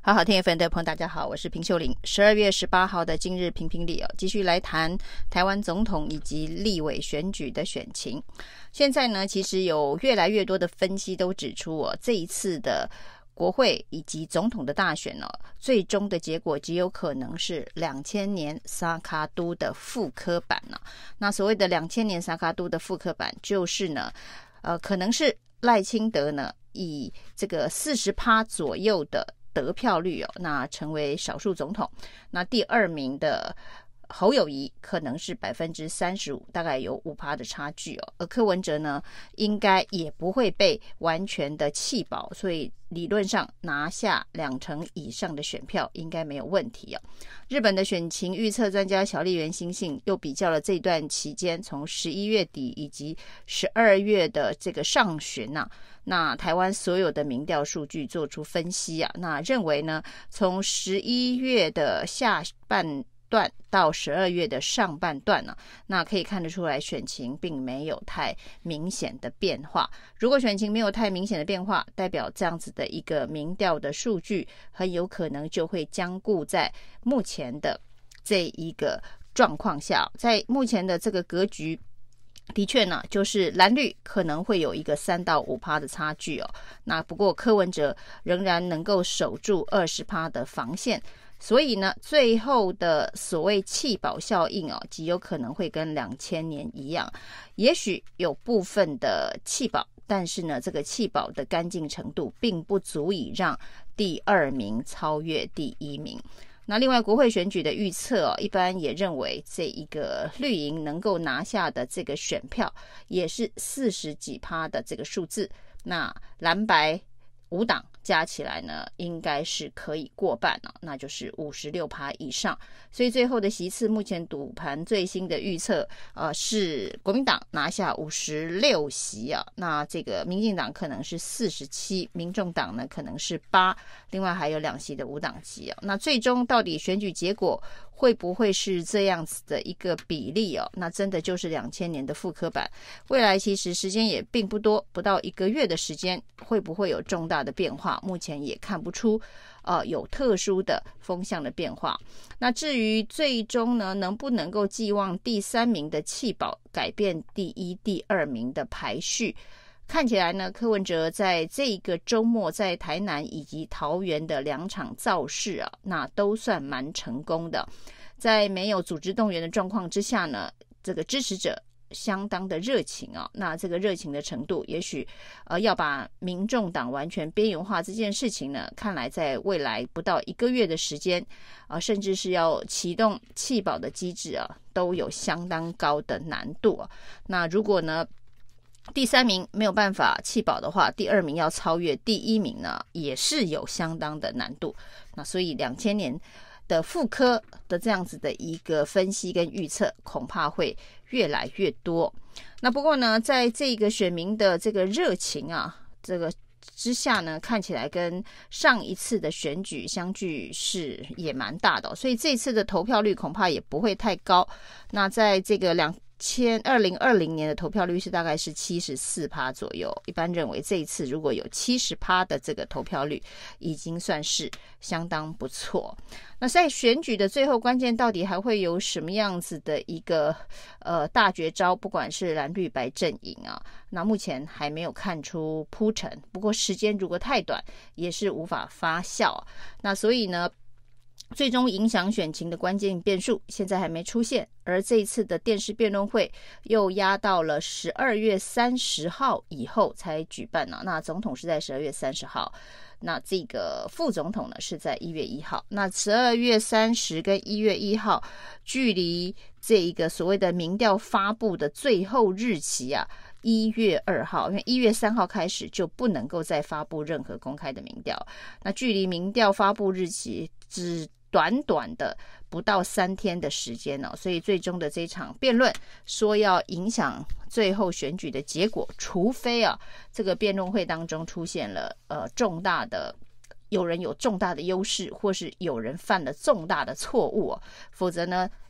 好好听 FM 的朋友大家好，我是平秀玲。12月18号的今日评评理继续来谈台湾总统以及立委选举的选情。现在呢，其实有越来越多的分析都指出这一次的国会以及总统的大选最终的结果极有可能是2000年萨卡都的复刻版那所谓的2000年萨卡都的复刻版，就是呢，可能是赖清德呢以这个40%左右的得票率那成为少数总统。那第二名的侯友宜可能是35%，大概有5%的差距而柯文哲呢，应该也不会被完全的弃保，所以理论上拿下20%以上的选票应该没有问题日本的选情预测专家小笠原欣幸又比较了这段期间从11月底以及12月的这个上旬那台湾所有的民调数据做出分析那认为呢，从11月的下半段到12月的上半段那可以看得出来选情并没有太明显的变化。如果选情没有太明显的变化，代表这样子的一个民调的数据很有可能就会僵固在目前的这一个状况下。在目前的这个格局的确呢，就是蓝绿可能会有一个3到5%的差距那不过柯文哲仍然能够守住20%的防线，所以呢，最后的所谓弃保效应极有可能会跟2000年一样，也许有部分的弃保，但是呢，这个弃保的干净程度并不足以让第二名超越第一名。那另外国会选举的预测一般也认为这一个绿营能够拿下的这个选票也是40几%的这个数字，那蓝白5党加起来呢，应该是可以过半那就是56%以上。所以最后的席次，目前赌盘最新的预测是国民党拿下56席那这个民进党可能是47，民众党呢可能是8，另外还有2席的无党籍那最终到底选举结果会不会是这样子的一个比例那真的就是2000年的复刻版。未来其实时间也并不多，不到1个月的时间，会不会有重大的变化，目前也看不出有特殊的风向的变化。那至于最终呢，能不能够寄望第3名的弃保改变第1、第2名的排序，看起来呢，柯文哲在这个周末在台南以及桃园的2场造势那都算蛮成功的。在没有组织动员的状况之下呢，这个支持者相当的热情那这个热情的程度，也许要把民众党完全边缘化这件事情呢，看来在未来不到1个月的时间甚至是要启动弃保的机制都有相当高的难度那如果呢第3名没有办法弃保的话，第2名要超越第1名呢，也是有相当的难度。那所以2000年的复刻的这样子的一个分析跟预测，恐怕会越来越多。那不过呢，在这个选民的这个热情这个之下呢，看起来跟上一次的选举相距是也蛮大的所以这次的投票率恐怕也不会太高。那在这个2020年的投票率是大概是74%左右，一般认为这一次如果有70%的这个投票率，已经算是相当不错。那在选举的最后关键，到底还会有什么样子的一个大绝招？不管是蓝绿白阵营那目前还没有看出铺陈。不过时间如果太短，也是无法发酵。那所以呢，最终影响选情的关键变数现在还没出现，而这一次的电视辩论会又压到了12月30号以后才举办那总统是在12月30号，那这个副总统呢是在1月1号。那12月30跟1月1号距离这一个所谓的民调发布的最后日期1月2号，因为1月3号开始就不能够再发布任何公开的民调，那距离民调发布日期只短短的不到3天的时间所以最终的这场辩论说要影响最后选举的结果，除非这个辩论会当中出现了重大的有人有重大的优势，或是有人犯了重大的错误否则呢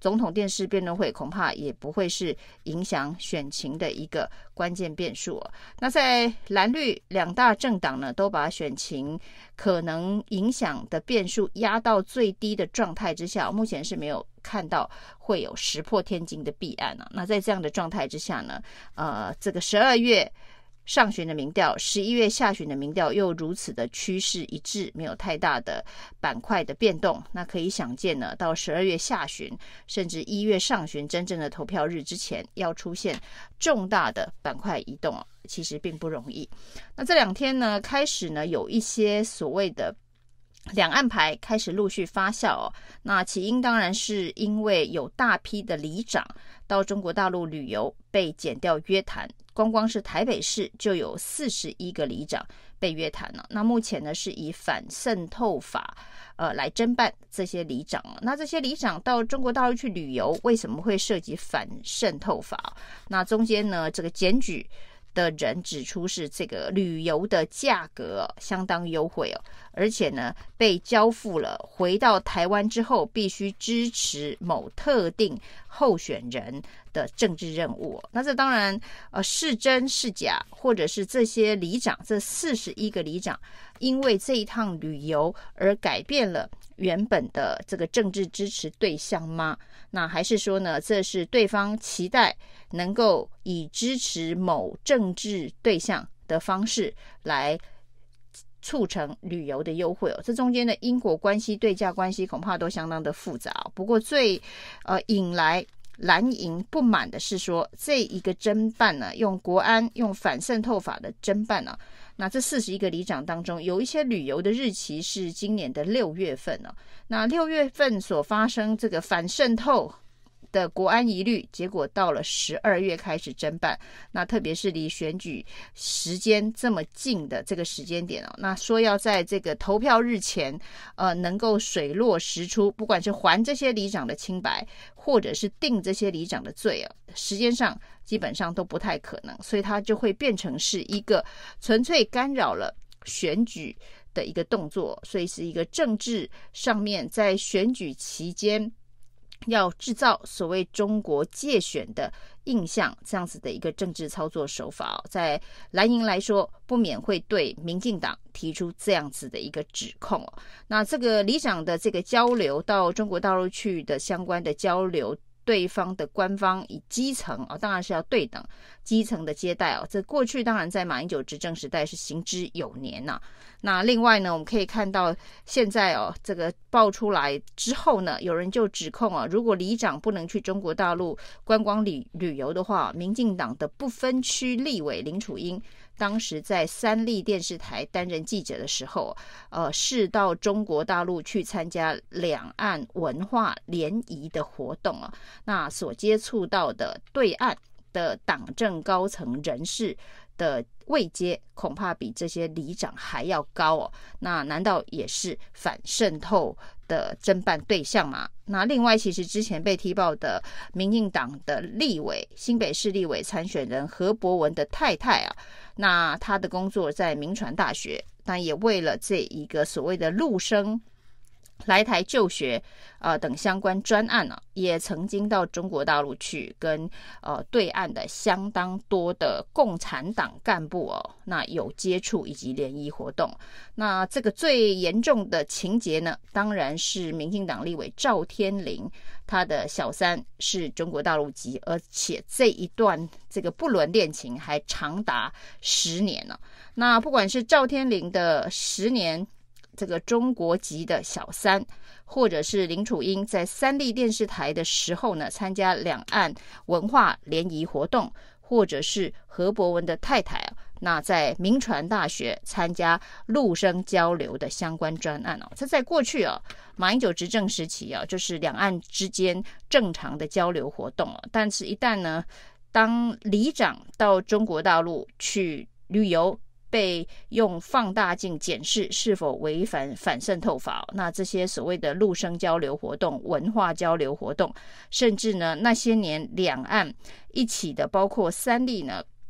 总统电视辩论会恐怕也不会是影响选情的一个关键变数哦。那在蓝绿两大政党呢，都把选情可能影响的变数压到最低的状态之下，目前是没有看到会有石破天惊的弊案啊。那在这样的状态之下呢，这个12月上旬的民调，11月下旬的民调又如此的趋势一致，没有太大的板块的变动，那可以想见呢，到12月下旬甚至1月上旬真正的投票日之前，要出现重大的板块移动其实并不容易。那这2天呢，开始呢有一些所谓的两岸牌开始陆续发酵那起因当然是因为有大批的里长到中国大陆旅游被检调约谈，光是台北市就有41个里长被约谈了。那目前呢是以反渗透法来侦办这些里长那这些里长到中国大陆去旅游，为什么会涉及反渗透法？那中间呢，这个检举的人指出是这个旅游的价格相当优惠而且呢被交付了回到台湾之后必须支持某特定候选人的政治任务那这当然是真是假，或者是这些里长这41个里长因为这一趟旅游而改变了原本的这个政治支持对象吗？那还是说呢，这是对方期待能够以支持某政治对象的方式来促成旅游的优惠这中间的因果关系、对价关系恐怕都相当的复杂不过最引来蓝营不满的是说，这一个侦办呢，用国安、用反渗透法的侦办呢，那这41个里长当中，有一些旅游的日期是今年的6月份那6月份所发生这个反渗透的国安疑虑，结果到了12月开始侦办，那特别是离选举时间这么近的这个时间点那说要在这个投票日前能够水落石出，不管是还这些里长的清白，或者是定这些里长的罪时间上基本上都不太可能，所以它就会变成是一个纯粹干扰了选举的一个动作，所以是一个政治上面在选举期间要制造所谓中国介选的印象，这样子的一个政治操作手法在蓝营来说不免会对民进党提出这样子的一个指控那这个里长的这个交流到中国大陆去的相关的交流，对方的官方以基层当然是要对等基层的接待这过去当然在马英九执政时代是行之有年那另外呢，我们可以看到现在这个爆出来之后呢，有人就指控如果里长不能去中国大陆观光旅游的话，民进党的不分区立委林楚英当时在三立电视台担任记者的时候是到中国大陆去参加两岸文化联谊的活动那所接触到的对岸的党政高层人士的位阶恐怕比这些里长还要高那难道也是反渗透的侦办对象吗？那另外其实之前被踢爆的民进党的立委新北市立委参选人何博文的太太那他的工作在民传大学，但也为了这一个所谓的陆生来台就学等相关专案也曾经到中国大陆去跟对岸的相当多的共产党干部那有接触以及联谊活动。那这个最严重的情节呢，当然是民进党立委赵天麟，他的小三是中国大陆籍，而且这一段这个不伦恋情还长达10年那不管是赵天麟的10年这个中国籍的小三，或者是林楚英在三立电视台的时候呢参加两岸文化联谊活动，或者是何博文的太太那在民传大学参加陆生交流的相关专案这在过去马英九执政时期就是两岸之间正常的交流活动但是一旦呢当里长到中国大陆去旅游，被用放大镜检视是否违反反渗透法那这些所谓的陆生交流活动、文化交流活动，甚至呢那些年两岸一起的包括三立呢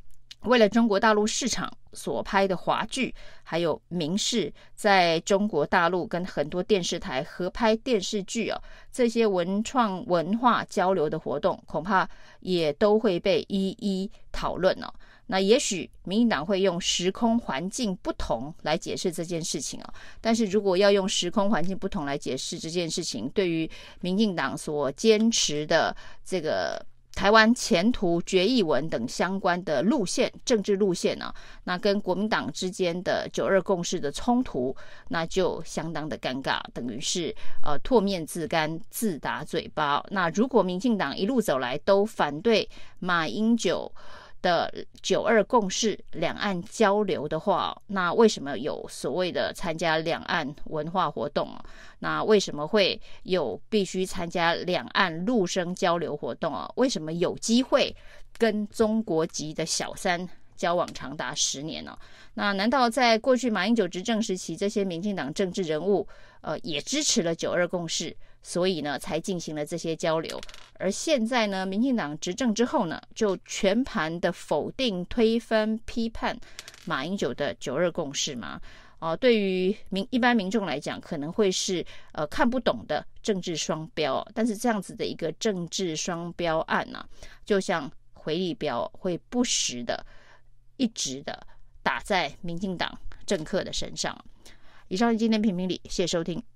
为了中国大陆市场所拍的华剧，还有民视在中国大陆跟很多电视台合拍电视剧这些文创文化交流的活动，恐怕也都会被一一讨论那也许民进党会用时空环境不同来解释这件事情但是如果要用时空环境不同来解释这件事情，对于民进党所坚持的这个台湾前途决议文等相关的路线，政治路线那跟国民党之间的9·2共识的冲突，那就相当的尴尬，等于是唾面自干，自打嘴巴。那如果民进党一路走来都反对马英九的9·2共识两岸交流的话，那为什么有所谓的参加两岸文化活动那为什么会有必须参加两岸陆生交流活动为什么有机会跟中国籍的小三交往长达10年那难道在过去马英九执政时期，这些民进党政治人物也支持了9·2共识，所以呢才进行了这些交流？而现在呢，民进党执政之后呢，就全盘的否定、推翻、批判马英九的9·2共识吗？对于一般民众来讲，可能会是看不懂的政治双标。但是这样子的一个政治双标案就像回力镖，会不时的、一直的打在民进党政客的身上。以上是今天评评理，谢谢收听。